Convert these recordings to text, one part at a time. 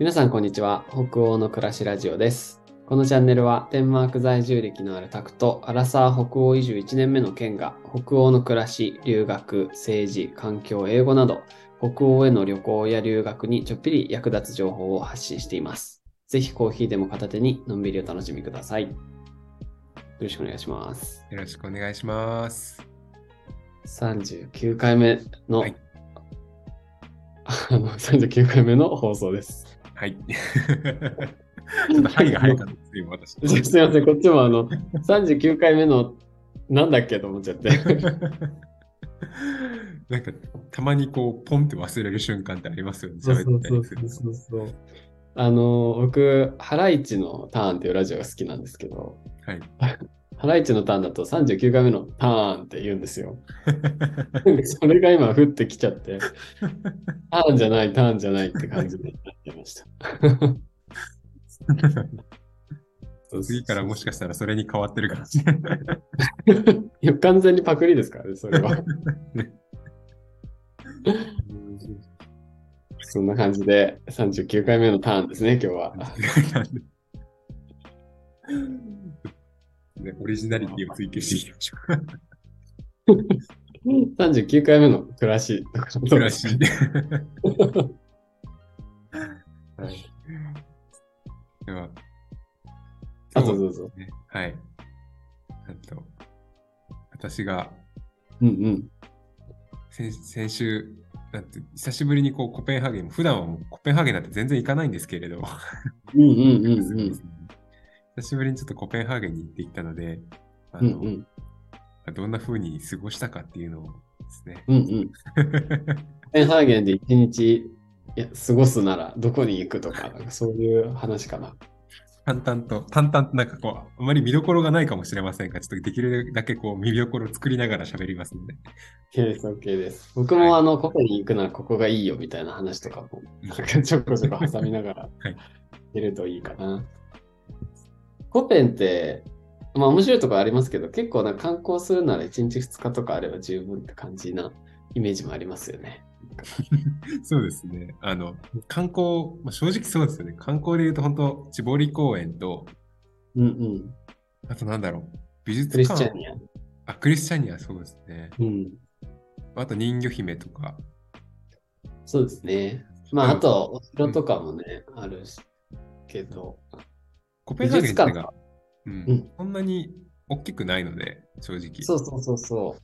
皆さん、こんにちは。北欧の暮らしラジオです。このチャンネルは、デンマーク在住歴のあるタクと、アラサー北欧移住1年目のケンが、北欧の暮らし、留学、政治、環境、英語など、北欧への旅行や留学にちょっぴり役立つ情報を発信しています。ぜひコーヒーでも片手に、のんびりお楽しみください。よろしくお願いします。 よろしくお願いします。 39回目の、 はい。 39回目の放送です。 はい。ちょっとはいが早かったですよ、私。 すいません、こっちも39回目の、なんだっけと思っちゃって。 なんか、たまにこう、ポンって忘れる瞬間ってありますよね、 そう喋ったそうそうりすると。 そうそう。僕、ハライチのターンっていうラジオが好きなんですけど、 はい。 ハライチのターンだと39回目のターンって言うんですよ。それが今降ってきちゃって、ターンじゃない、ターンじゃないって感じになってました。そうそ次からうそうそもしかしたらそれに変わってるかもしれない。 う。いや、完全にパクリですからね、それは。 ね。 そんな感じで39回目のターンですね、今日は。 ね、オリジナリティを追求していきましょ 39回目の暮らしとかう。 どうですか？ 暮らし。はい。では、 あ、 今日はそうそうそう。 ね、はい。あと、私がうんうん。 先週、なんて久しぶりにこうコペンハーゲン、普段はもうコペンハーゲンなんて全然行かないんですけれど、 うんうんうんうん。 久しぶりにちょっとコペンハーゲンに行ってきたので、 うんうん。 どんな風に過ごしたかっていうのをですね。 うんうん。コペンハーゲンで一日過ごすならどこに行くとか、なんかそういう話かな。 淡々となんかこう、あまり見どころがないかもしれませんが、ちょっとできるだけこう見どころを作りながら喋りますので。 OK です、OK です。僕はい。 もここに行くならここがいいよみたいな話とかも、 うん。 なんかちょこちょこ挟みながらはい。 いるといいかな。コペンって、まあ面白いところありますけど、結構な観光するなら1日2日とかあれば十分って感じなイメージもありますよね。 そうですね。観光、まあ、正直そうですよね。観光で言うと本当、千堀公園と、 うんうん。 あとなんだろう、美ク術館、 リスチャニア。 あ、クリスチャニア、そうですね。 うん。 あと人魚姫とか。 そうですね。まあ、あでも、 と、お城とうん、 かもね、あるしけど、美コペンハーゲン自体が、 術館か。 うん、 うん。 そんなに大きくないので、正直。 そうそうそうそう。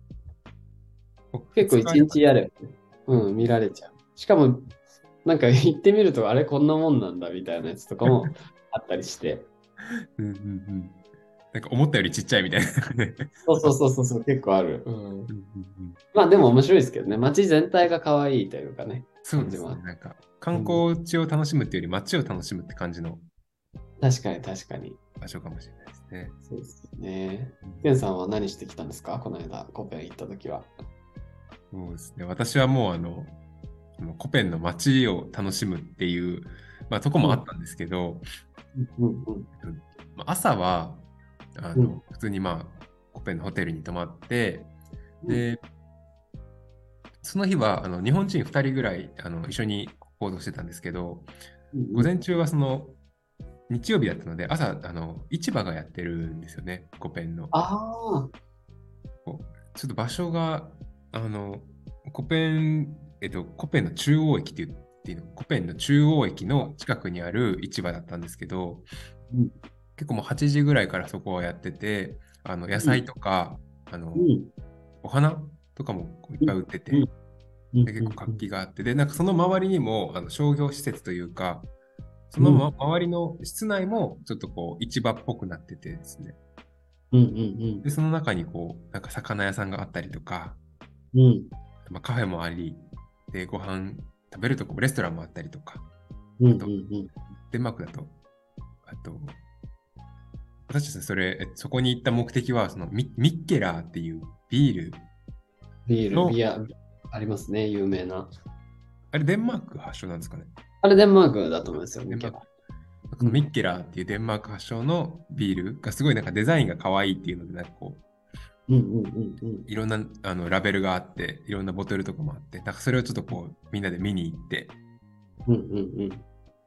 結構 2日あれば、 一日やればね、うん、見られちゃう。しかも、なんか行ってみると、あれこんなもんなんだみたいなやつとかもあったりして。 うんうんうん。なんか思ったよりちっちゃいみたいなね。 そうそうそうそうそう、結構ある。うん。 うんうんうん。 まあでも面白いですけどね。街全体が可愛いというかね、 そうですね。 感じもあって。 なんか観うん。 光地を楽しむっていうより街を楽しむって感じの確かに確かに。 場所かもしれないですね。 そうですね。 うん。 ケンさんは何してきたんですかこの間、コペン行った時は。 そうですね。私はもうコペンの街を楽しむっていう、まあ、とこうん。 もあったんですけど、 うんうんまあ朝はうん。 普通にまあコペンのホテルに泊まって、 うんで、その日は日本人2人ぐらい一緒に行動してたんですけど、 うんうん。 午前中はその日曜日だったので、朝市場がやってるんですよね、コペンの。 ああ。 こうちょっと場所があのコペン、コペンの中央駅っていうの、コペンの中央駅の近くにある市場だったんですけど、 うん結構もう8時ぐらいからそこはやってて、野菜うんとか、 うんお花とかもこういっうんぱい売ってて、 うんうんで結構活うん気があって、で、なんかその周りにも商業施設というか、その、 うん周りの室内もちょっとこう市場っぽくなっててですね。 うんうんで、その中にこう、なんか魚屋さんがあったりとか、 うんまあ、カフェもあり、で、ご飯食べるとこ、レストランもあったりとか、 うんうあと、 んうん。 デンマークだと、あと、私たちそこに行った目的は、そのミッケラーっていうビールビール、 の、 ありますね、有名な。 あれデンマーク発祥なんですかね。 あれデンマークだと思いますよ、 デンマーク。 ミケラ。 そのミッケラーっていうデンマーク発祥のビールがすごいなんかデザインが可愛いっていうので、なんかこう、 うんうんうんうん。 いろんなラベルがあって、いろんなボトルとかもあって、なんかそれをちょっとこう、みんなで見に行って、 うんうんうん。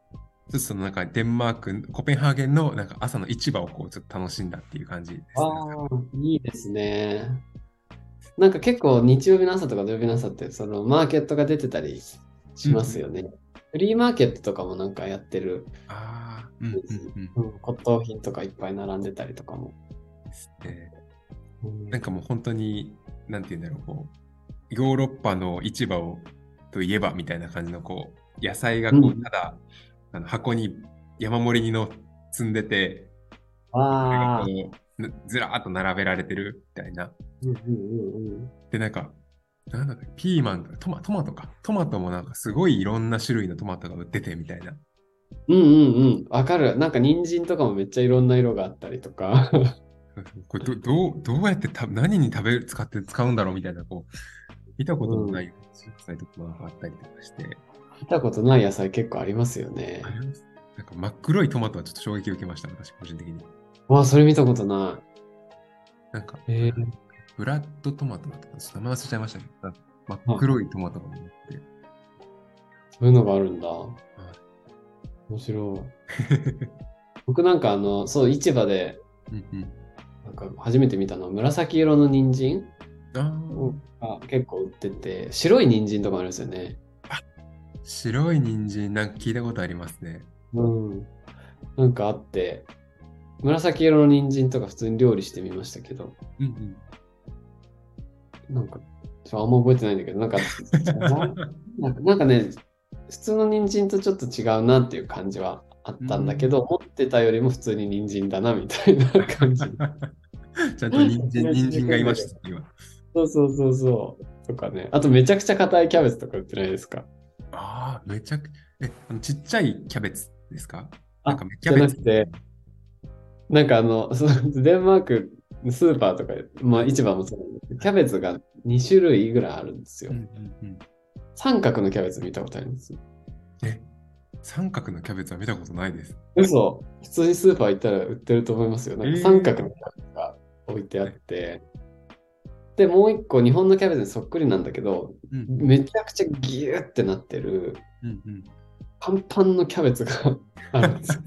そのなんかデンマーク、コペンハーゲンのなんか朝の市場をこうちょっと楽しんだっていう感じですね。 ああ、いいですね。なんか結構日曜日の朝とか土曜日の朝ってそのマーケットが出てたりしうんうん。 ますよね。フリーマーケットとかもなんかやってる。 ああ、うんうんうん。 うん、骨董品とかいっぱい並んでたりとかも。 ですね。 うん、 なんかもう本当に、なんて言うんだろう、こう、ヨーロッパの市場をといえばみたいな感じの、こう、野菜がこう、 うん。 ただ、箱に山盛りにの積んでて、それがこああ、 う、ずらーっと並べられてるみたいな。 うんうんうんうん。 で、なんか、なんだっけ、ピーマンとか、トマトか。トマトもなんかすごいいろんな種類のトマトが売っててみたいな。 うんうんうん。わかる。なんか人参とかもめっちゃいろんな色があったりとか。 これどうやって何に使うんだろうみたいな、こう、見たこともうん。 ない野菜とかもなんかあったりとかして、 見たことない野菜結構ありますよね。 あります。なんか真っ黒いトマトはちょっと衝撃を受けました、私個人的に。 わあ、それ見たことななんか、 い。 ブラッドトマトだったかな、ちょっと名前忘れちゃいましたけど、真っはい。 黒いトマトがあって、 そういうのがあるんだ。 は面白い。 い。 僕なんかそう、市場で、 うんうん。 なんか初めて見たのは紫色の人参あーが結構売ってて、白い人参とかもあるんですよね。 あ、白い人参、なんか聞いたことありますね。 うん。なんかあって、紫色の人参とか普通に料理してみましたけど、 うんうん。 なんか、あんま覚えてないんだけど、なんかね、普通の人参とちょっと違うなっていう感じはあっうたんだけん。 ど、思ってたよりも普通に人参だなみたいな感じ。 ちゃんと人参がいました、 そう今。 そうそうそう。とかね。あとめちゃくちゃ硬いキャベツとか売ってないですか？ ああ、めちゃく、ちっちゃいキャベツですか？なんあ、 か芽キャじゃベツ。 なくて、なんかデンマークスーパーとか、まあ市場もそうなんですけど、キャベツが2種類ぐらいあるんですよ。 うんうんうん。 三角のキャベツ見たことあります？ え、三角のキャベツは見たことないです。 嘘。普通にスーパー行ったら売ってると思いますよ。なんか三角のキャベツが置いてあっはい。 て、で、もう一個日本のキャベツにそっくりなんだけど、 うんうん。 めちゃくちゃギューってなってる、 うんうん。 パンパンのキャベツがあるんですよ。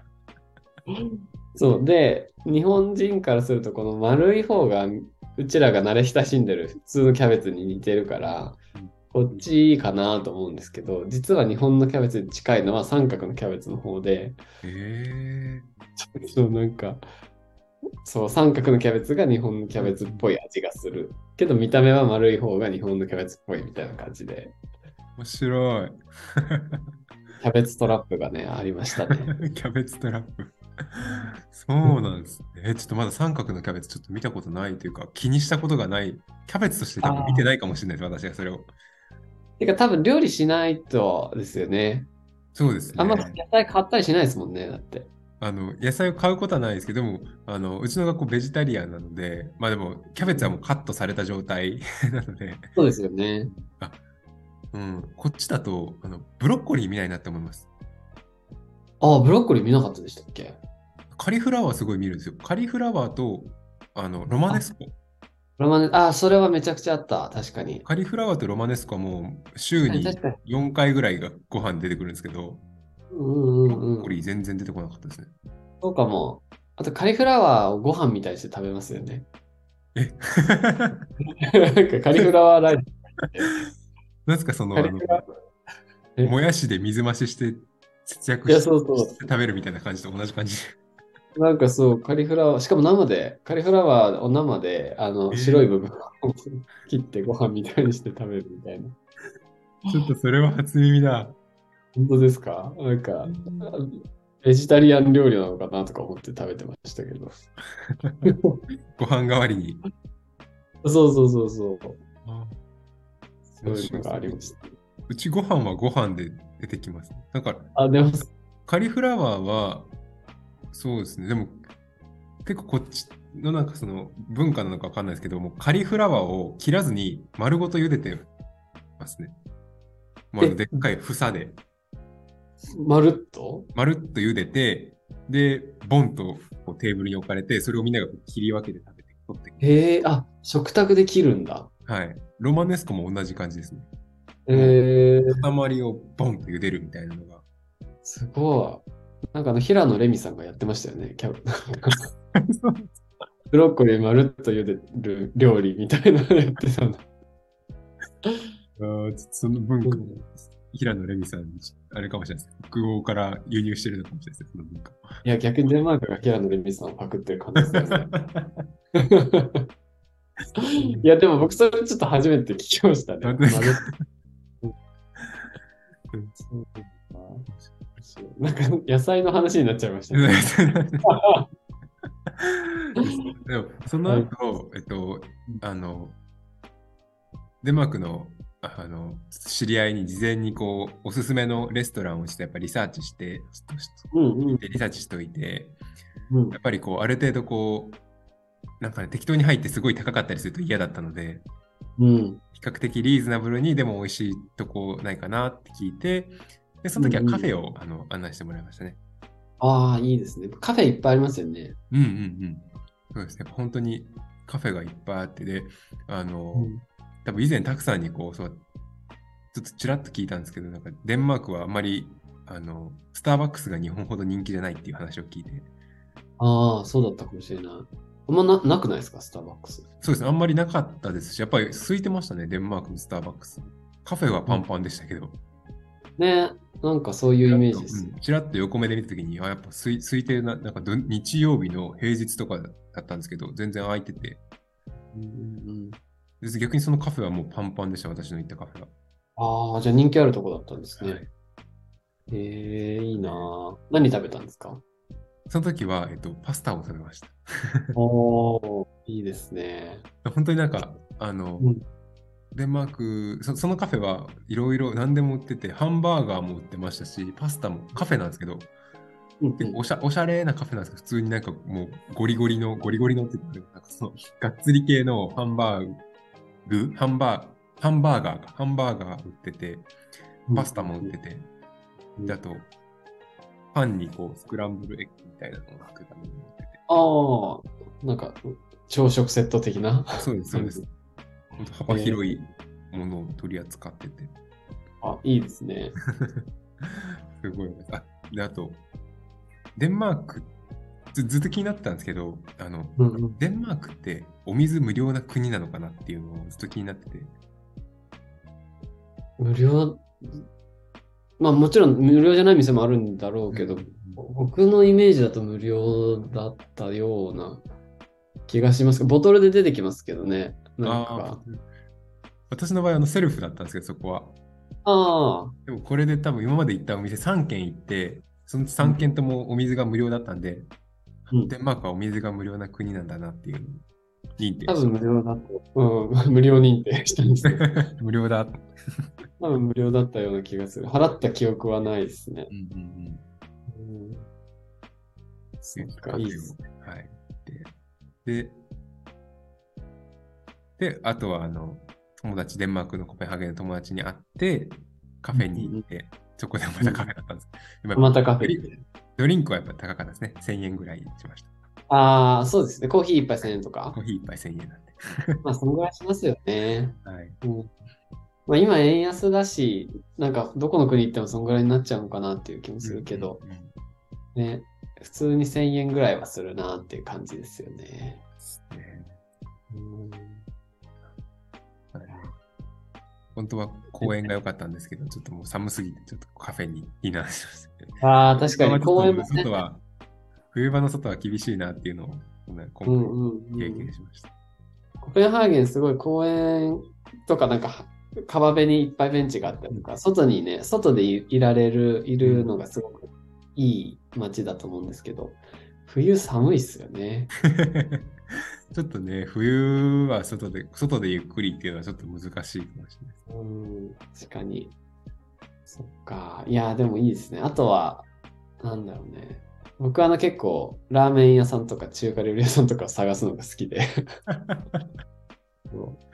そう。で、日本人からすると、この丸い方が、うちらが慣れ親しんでる普通のキャベツに似てるから、 うんこっちいいかなと思うんですけど、実は日本のキャベツに近いのは三角のキャベツの方で、 ええそうなんか、そう、三角のキャベツが日本のキャベツっうんうん。 ぽい味がする。けど見た目は丸い方が日本のキャベツっぽいみたいな感じで、 面白い。 キャベツトラップがね、ありましたね。 キャベツトラップ。そうなんですね。ちょっとまだ三角のキャベツちょっと見たことないというか、気にしたことがない。キャベツとして多分見てああ。 ないかもしれないです、私がそれを。 てか多分料理しないとですよね。 そうですあんまね。 野菜買ったりしないですもんね、だって。 野菜を買うことはないですけども、うちの学校ベジタリアンなので、まあでも、キャベツはもうカットされた状態なので、 そうですよね。 あ、こっちだと、ブロッコリー見ないなって思います。 ああ、ブロッコリー見なかったでしたっけ？ カリフラワーすごい見るんですよ。カリフラワーと、ロマネあ、 スコ。 ロマネ、あ、それはめちゃくちゃあった。確かに。 カリフラワーとロマネスコはもう週に確かに。 4回ぐらいがご飯出てくるんですけど、 うんブロッうんうん。 コリー全然出てこなかったですね。 そうかも。あとカリフラワーをご飯みたいにして食べますよね。 えなんかカリフラワーライスって、 なんですか、 カリフラワー、 もやしで水増しして節約いや、 しそうそして食べるみたいな感じと同じ感じ。 う。なんかそう、カリフラワー、しかも生で、カリフラワーを生で、白いえー部分を切ってご飯みたいにして食べるみたいな。 ちょっとそれは初耳だ。 本当ですか？なんか、 えーベジタリアン料理なのかなとか思って食べてましたけど。 ご飯代わりに。 そうそうそうそう。 あ面そういうの白すぎる。 がありました。 うちご飯はご飯で出てきます。だから、 あ、でも、 カリフラワーは、そうですね。でも、結構こっちのなんかその文化なのかわかんないですけども、カリフラワーを切らずに丸ごと茹でてますね。もうえ、 でっかい房で、 まるっと？ 丸っと茹でて、で、ボンとこうテーブルに置かれて、それをみんながこう切り分けて食べて、取ってくる。 へえ、あ、食卓で切るんだ。 はい。ロマネスコも同じ感じですね。 えもう、 ー、 塊をボンと茹でるみたいなのが。 すごい。なんか平野レミさんがやってましたよね。ブロッコリーまるっと茹でる料理みたいなのやってたんだ。 ちょっとその文化、 うん、 平野レミさん、あれかもしれないです。北欧から輸入してるのかもしれないです、その文化。 いや、逆にデンマークが平野レミさんをパクってる可能性あるね。いや、でも僕それちょっと初めて聞きましたね。 本当ですか？ まるっと。そうか。なんか野菜の話になっちゃいましたね。 でも、そのはい。 後、あの、デンマークの、知り合いに事前におすすめのレストランをして、やっぱりリサーチして、 うんうん。 リサーチしておいて、 うん。 やっぱりある程度なんかね、適当に入ってすごい高かったりすると嫌だったので、 うん。 比較的リーズナブルにでも美味しいとこないかなって聞いて、で、その時はうんうん。 カフェを案内してもらいましたね。 ああ、いいですね。カフェいっぱいありますよね。 うんうんうん。そうですね。本当にカフェがいっぱいあって、で、 うん。 多分以前たくさんにちょっとちらっと聞いたんですけど、なんかデンマークはあんまり、スターバックスが日本ほど人気じゃないっていう話を聞いて、 ああ、そうだったかもしれない。あんまなくないですか、スターバックス。 そうですね。あんまりなかったですし、やっぱり空いてましたね、デンマークのスターバックス。カフェはうん。 パンパンでしたけど、 ね、なんかそういうイちらっと、 メージです。 ちらっと横目で見たときに、やっぱ空いてるな、なんか日曜日の平日とかだったんですけど、全然空いてて、 うんうんうん。 で逆にそのカフェはもうパンパンでした、私の行ったカフェは。 ああ、じゃあ人気あるとこだったんですね。 はい。 いいなね、 ぁ。何食べたんですか？ その時は、パスタを食べました。 おー、いいですね。 本当になんか、 うん。 デンマーク、そのカフェはいろいろ何でも売ってて、ハンバーガーも売ってましたし、パスタもカフェなんですけど、 うんうん。 結構おしゃれなカフェなんですけど、普通になんかもうゴリゴリのっていうか、なんかがっつり系のハンバーガー売ってて、 うんパスタも売っうんてて、 うん。 であと、パンにスクランブルエッグみたいなのを作ったのも売ってて。 ああ、なんか朝食セット的なあ、そうです、そう感じ。 です。本当幅え広いー、 ものを取り扱ってて。 あ、いいですね。 すごいです。あと、デンマーク、ずっと気になってたんですけど、 うんうん。 デンマークってお水無料な国なのかなっていうのをずっと気になってて。 無料、まあもちろん無料じゃない店もあるんだろううんうけど、 んうん。 僕のイメージだと無料だったような気がします。ボトルで出てきますけどね。なんああ、 か、 私の場合セルフだったんですけど、そこは。 ああ、 でもこれで多分今まで行ったお店3軒行って、その3 うん軒ともお水が無料だったんで、 うん。 デンマークはお水が無料な国なんだなっていうのを認定多分無しまし料だと、うん、無料認定したんですね。 た。無料だ。 多分無料だったような気がする。払った記憶はないですね。 うんうんうん。 うん、 でそっか、 カフェを、 いいっす。 はい。で、あとは友達、デンマークのコペンハーゲンの友達に会って、カフェにうんうん行って、そこでまたカうん。 フェだったんです。でもやっぱまたカフェ行って。 ドリンクはやっぱ高かったですね。1000円ぐらいしました。 ああ、そうですね。コーヒー一杯1000円とか。 コーヒー一杯1000円なんで。 まあ、そのぐらいしますよね。 はい。 うん。まあ、今、円安だし、なんか、どこの国行ってもそのぐらいになっちゃうのかなっていう気もうんうするけど、 んうん。 ね。普通に1000円ぐらいはするなっていう感じですよね。 ね、 うん。 はい、本当は公園が良かったんですけど、ちょっともう寒すぎて、ちょっとカフェに避難しました。 ああ、確かに冬場はちょっ公園もね。 冬場の外は厳しいなっていうのを、今回うんうん経うん。 験しました。 コペンハーゲンすごい公園とかなんか川辺にいっぱいベンチがあったりうん。 とか、外にね、外でいるのうん。 がすごくいい街だと思うんですけど、冬寒いっすよね。 ちょっとね、冬は外でゆっくりっていうのはちょっと難しいかもしれないです。 うん、確かに。そっか。いや、でもいいですね。あとは、なんだろうね。僕は結構ラーメン屋さんとか中華料理屋さんとかを探すのが好きで。そう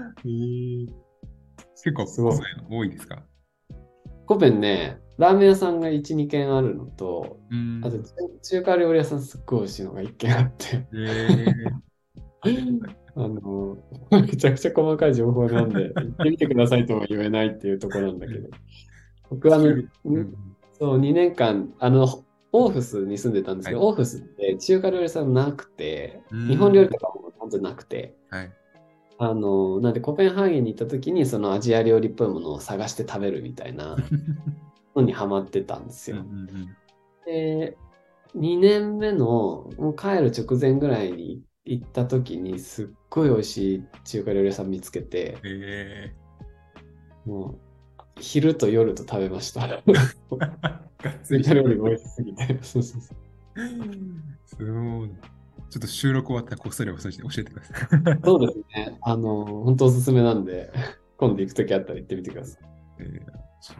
結構すごい。 そういうの多いですか？ コペンね、ラーメン屋さんが1、2軒あるのと、 うん。 あと中華料理屋さんすっごい美味しいのが1軒あって、 えあの、めちゃくちゃ細かい情報なんで、行ってみてくださいとも言えないっていうところなんだけど、僕中、うん。 そう、2年間、オーフスに住んでたんですはい。 けど、オーフスって中華料理屋さんなくて、 うー日本料理ん。 とかも本当になくて、 はい。 なんでコペンハーゲンに行った時にそのアジア料理っぽいものを探して食べるみたいなのにハマってたんですうんうよ。 んで、2年目のもう帰る直前ぐらいに行った時にすっごい美味しい中華料理屋さん見つけて、 うん。 もう昼と夜と食べました。 がっつ中りしてる。 華料理が美味しすぎて。そうそうそう。 そう。ちょっと収録終わったらこっそり教えてください。 そうですね。本当おすすめなんで、今度行く時あったら行ってみてください。 えー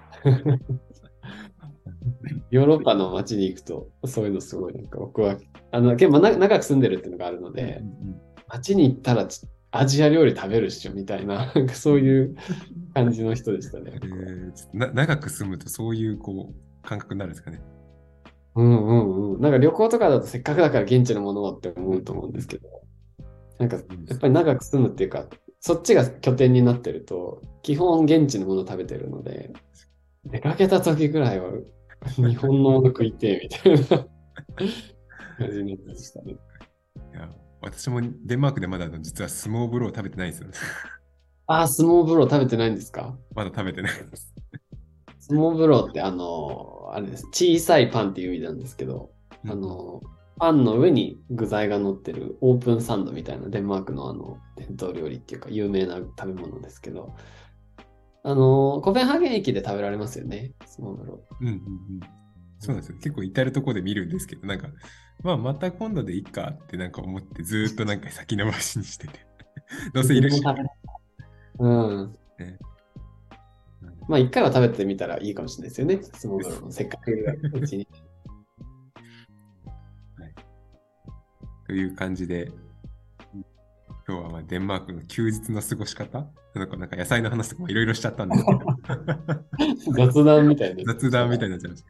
ヨーロッパの街に行くと、そういうのすごい、なんか僕は、結構長く住んでるっていうのがあるのうんうで、 ん街に行ったらアジア料理食べるっしょみたいな、なんかそういう感じの人でしたね、僕は。 長く住むとそういうこう感覚になるんですかね。 うんうんうん。なんか旅行とかだとせっかくだから現地のものをって思うと思うんですけど、なんかうんやっぱり長く住むっていうか、そっちが拠点になってると、基本現地のものを食べてるので、出かけた時ぐらいは日本のもの食いてえみたいな感じになってましたね。 いや、私もデンマークでまだ実はスモーブロー食べてないんですよね。 ああ、相撲風呂食べてないんですか？ まだ食べてないです。 相撲風呂ってあれです。小さいパンっていう意味なんですけど、 うんうんパンの上に具材が乗ってるオープンサンドみたいなデンマークの伝統料理っていうか有名な食べ物ですけど、コペンハーゲン駅で食べられますよね、相撲風呂。 うんうんうん。そうなんですよ。結構至るところで見るんですけど、なんか、まあ、また今度でいいかってなんか思って、ずーっとなんか先延ばしにしてて。どうせいるし。 自分も食べ、うん。 ね。うんまあ、一回は食べてみたらいいかもしれないですよね、相撲風呂も。せっかくいるうちに。 はい、という感じで、今日はまあデンマークの休日の過ごし方なんか野菜の話とかもいろいろしちゃったんですけど、 雑談みたいになってましたが。 雑談みたいになっちゃいました。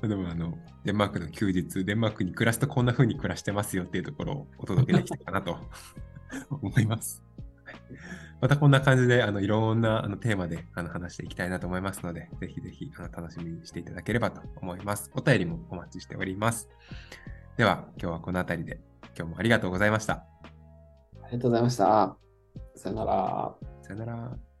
でもデンマークの休日、デンマークに暮らすとこんな風に暮らしてますよっていうところをお届けできたかなと思います。はい、またこんな感じでいろんなテーマで話していきたいなと思いますので、ぜひぜひ楽しみにしていただければと思います。お便りもお待ちしております。では今日はこの辺りで今日もありがとうございました。 ありがとうございました。さよなら。 さよなら。